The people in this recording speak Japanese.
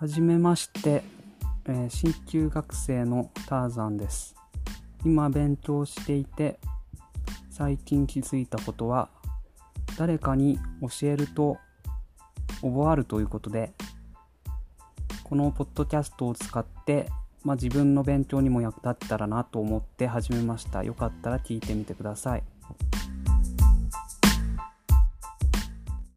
はじめまして、新旧学生のターザンです。今勉強していて最近気づいたことは、誰かに教えると覚わるということで、このポッドキャストを使って自分の勉強にも役立ったらなと思って始めました。よかったら聞いてみてください。